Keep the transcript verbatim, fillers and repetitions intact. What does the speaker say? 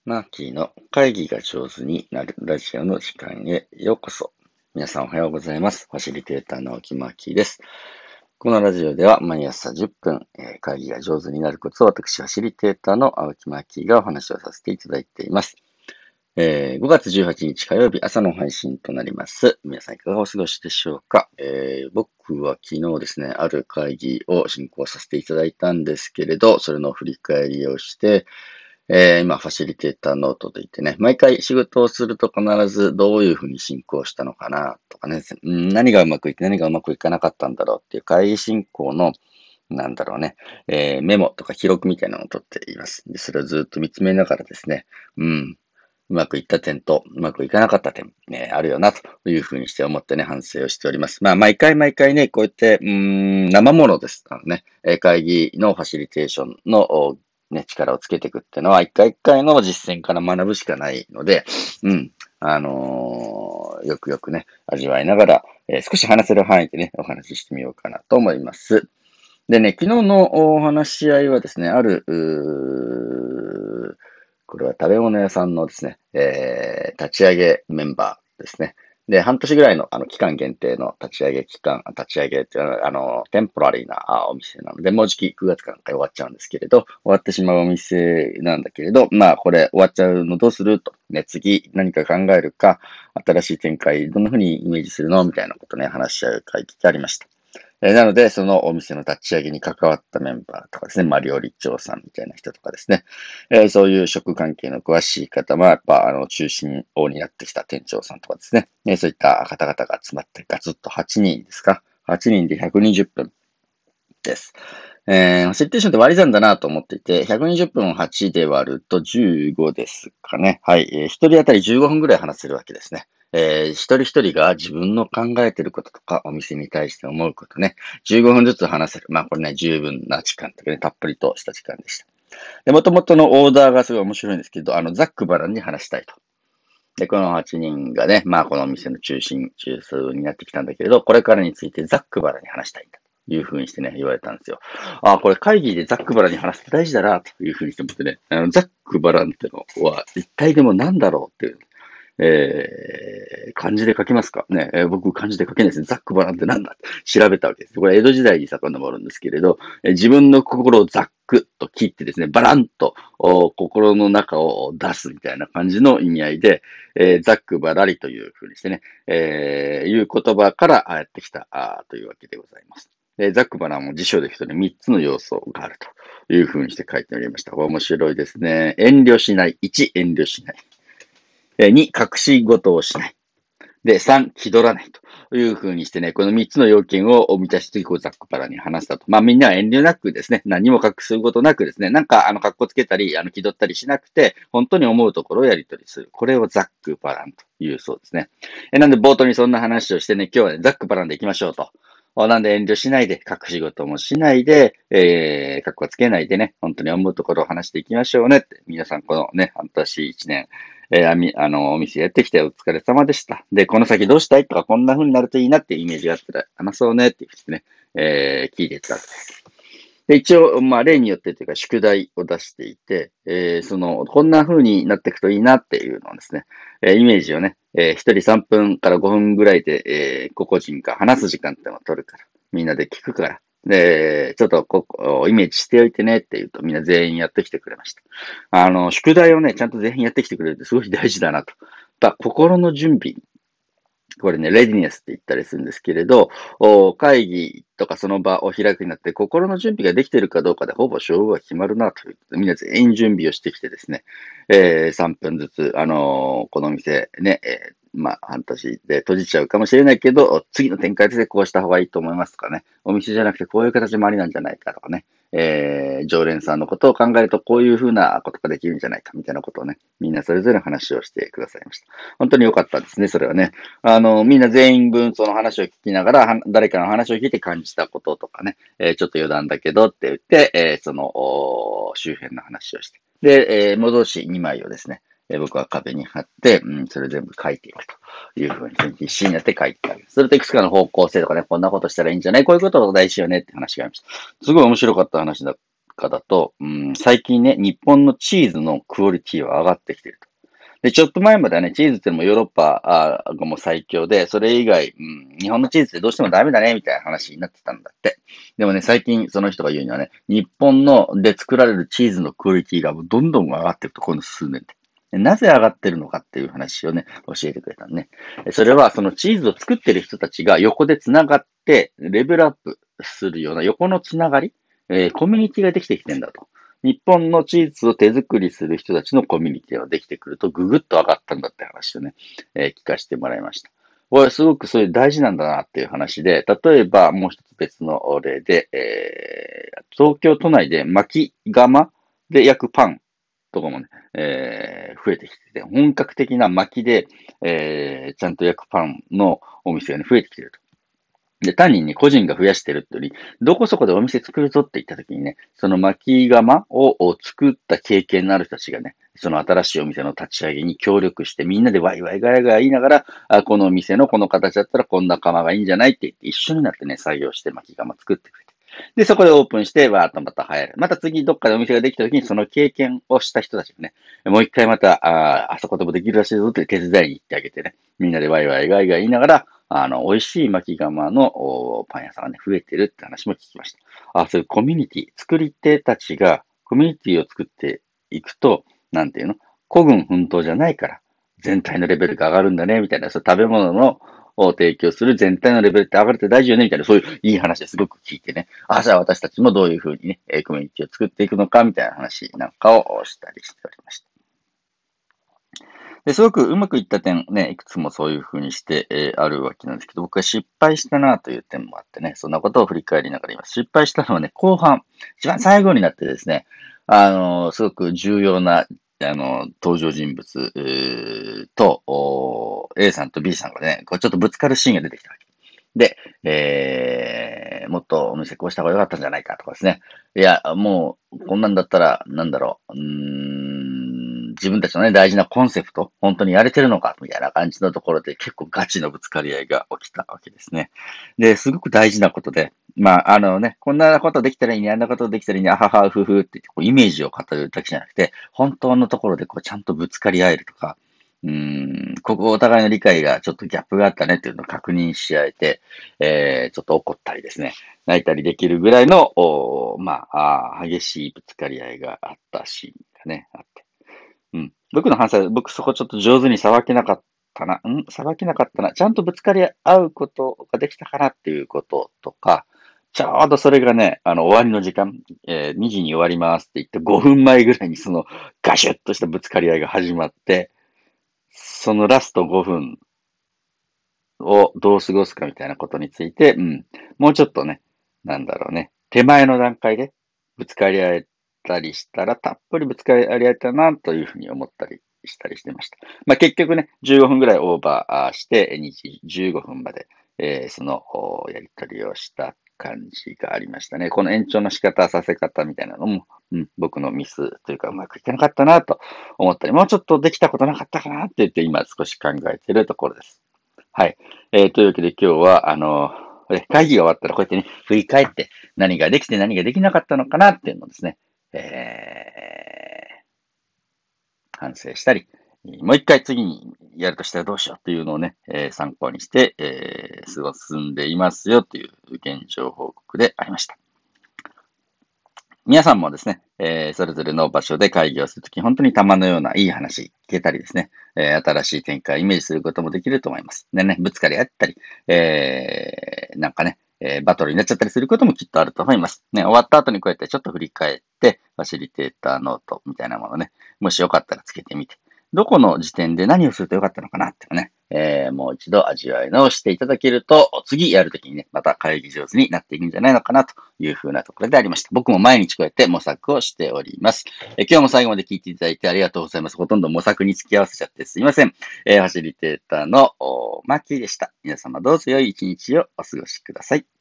マーキーの会議が上手になるラジオの時間へようこそ。皆さんおはようございます。ファシリテーターの青木マーキーです。このラジオでは毎朝じゅっぷん、えー会議が上手になるコツを私、ファシリテーターの青木マーキーがお話をさせていただいています。えーごがつじゅうはちにち火曜日朝の配信となります。皆さんいかがお過ごしでしょうか。えー僕は昨日ですね、ある会議を進行させていただいたんですけれど、それの振り返りをして、えー今、ファシリテーターノートといってね、毎回仕事をすると必ずどういうふうに進行したのかなとかね、うん何がうまくいって何がうまくいかなかったんだろうっていう会議進行の、なんだろうね、えーメモとか記録みたいなのを取っています。で、それをずっと見つめながらですね、うん、うまくいった点とうまくいかなかった点、ね、あるよなというふうにして思ってね、反省をしております。まあ、毎回毎回ね、こうやって、うーん、生ものですからね、えー会議のファシリテーションのおね、力をつけていくっていうのは、一回一回の実践から学ぶしかないので、うん、あのーよくよくね、味わいながら、えー少し話せる範囲でね、お話ししてみようかなと思います。でね、昨日のお話し合いはですね、ある、うーこれは食べ物屋さんのですね、えー立ち上げメンバーですね。で、半年ぐらいの、あの、期間限定の立ち上げ期間、立ち上げっていうのは、あの、テンポラリーなあお店なので、もうじきくがつから終わっちゃうんですけれど、終わってしまうお店なんだけれど、まあ、これ終わっちゃうのどうすると、ね、次何か考えるか、新しい展開、どんな風にイメージするのみたいなことね、話し合う会議がありました。えーなので、そのお店の立ち上げに関わったメンバーとかですね、まあ、料理長さんみたいな人とかですね、えーそういう食関係の詳しい方は、やっぱ、あの、中心を担ってきた店長さんとかですね、えーそういった方々が集まって、ガツッとはちにんですか ?はち 人でひゃくにじゅっぷんです。えー、設定ションって割り算だなと思っていて、ひゃくにじゅっぷんをはちで割るとじゅうごですかね。はい。えー、ひとり当たりじゅうごふんぐらい話せるわけですね。えー、一人一人が自分の考えていることとか、お店に対して思うことね、じゅうごふんずつ話せる。まあ、これね、十分な時間というかね、たっぷりとした時間でした。で、元々のオーダーがすごい面白いんですけど、あの、ざっくばらんに話したいと。で、このはちにんがね、まあ、このお店の中心、中枢になってきたんだけれど、これからについてざっくばらんに話したいんだ。というふうにしてね、言われたんですよ。ああ、これ会議でざっくばらんに話すって大事だな、というふうにして思ってね、あの、ざっくばらんってのは一体でも何だろうっていう、えー、漢字で書きますかね、えー僕漢字で書けないですね。ざっくばらんってなんだって調べたわけです。これ江戸時代に遡るんですけれど、えー自分の心をざっくと切ってですね、バランとお心の中を出すみたいな感じの意味合いで、えーざっくばらりというふうにしてね、えーいう言葉からやってきたあーというわけでございます。えーざっくばらんも辞書で人にみっつの要素があるというふうにして書いておりました。これ面白いですね。遠慮しない。いち、遠慮しない。えーに、隠し事をしない。で、さん、気取らないというふうにしてね、このみっつの要件を満たしてこうざっくばらんに話したと。まあみんなは遠慮なくですね、何も隠すことなくですね、なんかあの、格好つけたり、あの、気取ったりしなくて、本当に思うところをやり取りする。これをざっくばらんというそうですね。えなんで冒頭にそんな話をしてね、今日はね、ざっくばらんでいきましょうと。なんで遠慮しないで、隠し事もしないで、えー、格好つけないでね、本当に思うところを話していきましょうねって。皆さんこのね、半年一年、えーあみ、あの、お店やってきてお疲れ様でした。で、この先どうしたいとか、こんな風になるといいなっていうイメージがあったら、話そうねって言ってね、えー、聞いていたわけです。で、一応、まあ、例によってというか、宿題を出していて、えー、その、こんな風になっていくといいなっていうのをですね、えー、イメージをね、えー、一人さんぷんからごふんぐらいで、えー、個々人が話す時間ってのを取るから、みんなで聞くから、で、ちょっとここ、イメージしておいてねって言うと、みんな全員やってきてくれました。あの、宿題をね、ちゃんと全員やってきてくれるってすごい大事だなと。やっぱ心の準備。これね、レディネスって言ったりするんですけれど、お会議とかその場を開くになって、心の準備ができているかどうかでほぼ勝負が決まるなという。みんな全員準備をしてきてですね、えー、さんぷんずつ、あのーこの店ね、えーまあ、半年で閉じちゃうかもしれないけど、次の展開でこうした方がいいと思いますとかね、お店じゃなくてこういう形もありなんじゃないかとかね、えー、常連さんのことを考えるとこういうふうなことができるんじゃないかみたいなことをね、みんなそれぞれ話をしてくださいました。本当に良かったですね、それはね。あの、みんな全員分その話を聞きながら、は誰かの話を聞いて感じたこととかね、えーちょっと余談だけどって言って、えーその、お周辺の話をして。で、えー戻しにまいをですね、えー僕は壁に貼って、うん、それ全部書いていくというふうに、必死になって書いてある。それといくつかの方向性とかね、こんなことしたらいいんじゃないこういうことが大事よねって話がありました。すごい面白かった話だっかだと、うん、最近ね、日本のチーズのクオリティは上がってきていると。で、ちょっと前まではね、チーズってのもヨーロッパあがもう最強で、それ以外、うん、日本のチーズってどうしてもダメだね、みたいな話になってたんだって。でもね、最近その人が言うにはね、日本ので作られるチーズのクオリティがどんどん上がっていくと、この数年で。でなぜ上がってるのかっていう話をね、教えてくれたね。それはそのチーズを作ってる人たちが横で繋がってレベルアップするような横のつながり、えーコミュニティができてきてんだと。日本のチーズを手作りする人たちのコミュニティができてくると、ぐぐっと上がったんだって話をね、えー聞かせてもらいました。これすごくそれ大事なんだなっていう話で、例えばもう一つ別の例で、えー東京都内で巻き窯で焼くパンとかもね、えー増えてきてて、本格的な巻きで、えーちゃんと焼くパンのお店がね、増えてきてると。で、単にね、個人が増やしてるってより、どこそこでお店作るぞって言った時にね、その巻き窯を作った経験のある人たちがね、その新しいお店の立ち上げに協力して、みんなでワイワイガヤガヤ言いながら、あ、このお店のこの形だったらこんな窯がいいんじゃないって言って、一緒になってね、作業して巻き窯作ってくれて。で、そこでオープンして、わーっとまた流行る。また次どっかでお店ができた時に、その経験をした人たちがね、もう一回また、ああそこでもできるらしいぞって手伝いに行ってあげてね、みんなでワイワイガイガイ言いながら、あの、美味しい巻き窯のおパン屋さんがね、増えてるって話も聞きました。あ、そういうコミュニティ、作り手たちがコミュニティを作っていくと、なんていうの孤軍奮闘じゃないから、全体のレベルが上がるんだね、みたいな、そう食べ物のを提供する全体のレベルって上がるって大事よね、みたいな、そういういい話ですごく聞いてね。あ、じゃあ私たちもどういうふうにね、えーコミュニティを作っていくのか、みたいな話なんかをしたりしておりました。で、すごくうまくいった点ね、いくつもそういうふうにして、えーあるわけなんですけど、僕は失敗したなという点もあってね、そんなことを振り返りながら言います。失敗したのはね、後半、一番最後になってですね、あのーすごく重要な、あのー登場人物、うーと、おー A さんと B さんがね、こうちょっとぶつかるシーンが出てきたわけ。で、えー、もっとお店こうした方が良かったんじゃないかとかですね。いや、もう、こんなんだったら、なんだろう、うーん、自分たちのね、大事なコンセプト、本当にやれてるのか、みたいな感じのところで結構ガチのぶつかり合いが起きたわけですね。で、すごく大事なことで、まあ、あのね、こんなことできたらいいね、あんなことできたらいいね、あはは、ふふって言って、こう、イメージを語るだけじゃなくて、本当のところでこう、ちゃんとぶつかり合えるとか、うーん、ここお互いの理解がちょっとギャップがあったねっていうのを確認し合えて、えー、ちょっと怒ったりですね、泣いたりできるぐらいの、おまあ、あー激しいぶつかり合いがあったシーンがね、あって。うん。僕の反省、僕そこちょっと上手にさばけなかったな、んさばけなかったな。ちゃんとぶつかり合うことができたかなっていうこととか、ちょうどそれがね、あの、終わりの時間、えー、にじに終わりますって言ってごふんまえぐらいにそのガシュッとしたぶつかり合いが始まって、そのラストごふんをどう過ごすかみたいなことについて、うん、もうちょっとね、なんだろうね、手前の段階でぶつかり合えたりしたら、たっぷりぶつかり合えたな、というふうに思ったりしたりしてました。まあ、結局ね、じゅうごふんぐらいオーバーして、にじじゅうごふんまで、えーそのおやりとりをした感じがありましたね。この延長の仕方、させ方みたいなのも、うん、僕のミスというかうまくいかなかったなと思ったり、もうちょっとできたことなかったかなって言って今少し考えているところです。はい。えーというわけで今日は、あの、え会議が終わったらこうやってね、振り返って何ができて何ができなかったのかなっていうのをですね、えー、反省したり、もう一回次にやるとしたらどうしようっていうのをね、えー参考にして、えー、過ご進んでいますよという現状報告でありました。皆さんもですね、えーそれぞれの場所で会議をするとき、本当に玉のようないい話聞けたりですね、えー新しい展開をイメージすることもできると思います。でね、ぶつかり合ったり、えーなんかね、えーバトルになっちゃったりすることもきっとあると思います。ね、終わった後にこうやってちょっと振り返って、ファシリテーターノートみたいなものね、もしよかったらつけてみて、どこの時点で何をするとよかったのかなっていうのね、えーもう一度味わい直していただけると、次やるときにね、また会議上手になっていくんじゃないのかなというふうなところでありました。僕も毎日こうやって模索をしております。え今日も最後まで聞いていただいてありがとうございます。ほとんど模索に付き合わせちゃってすいません。えーファシリテーターのマッキーでした。皆様どうぞ良い一日をお過ごしください。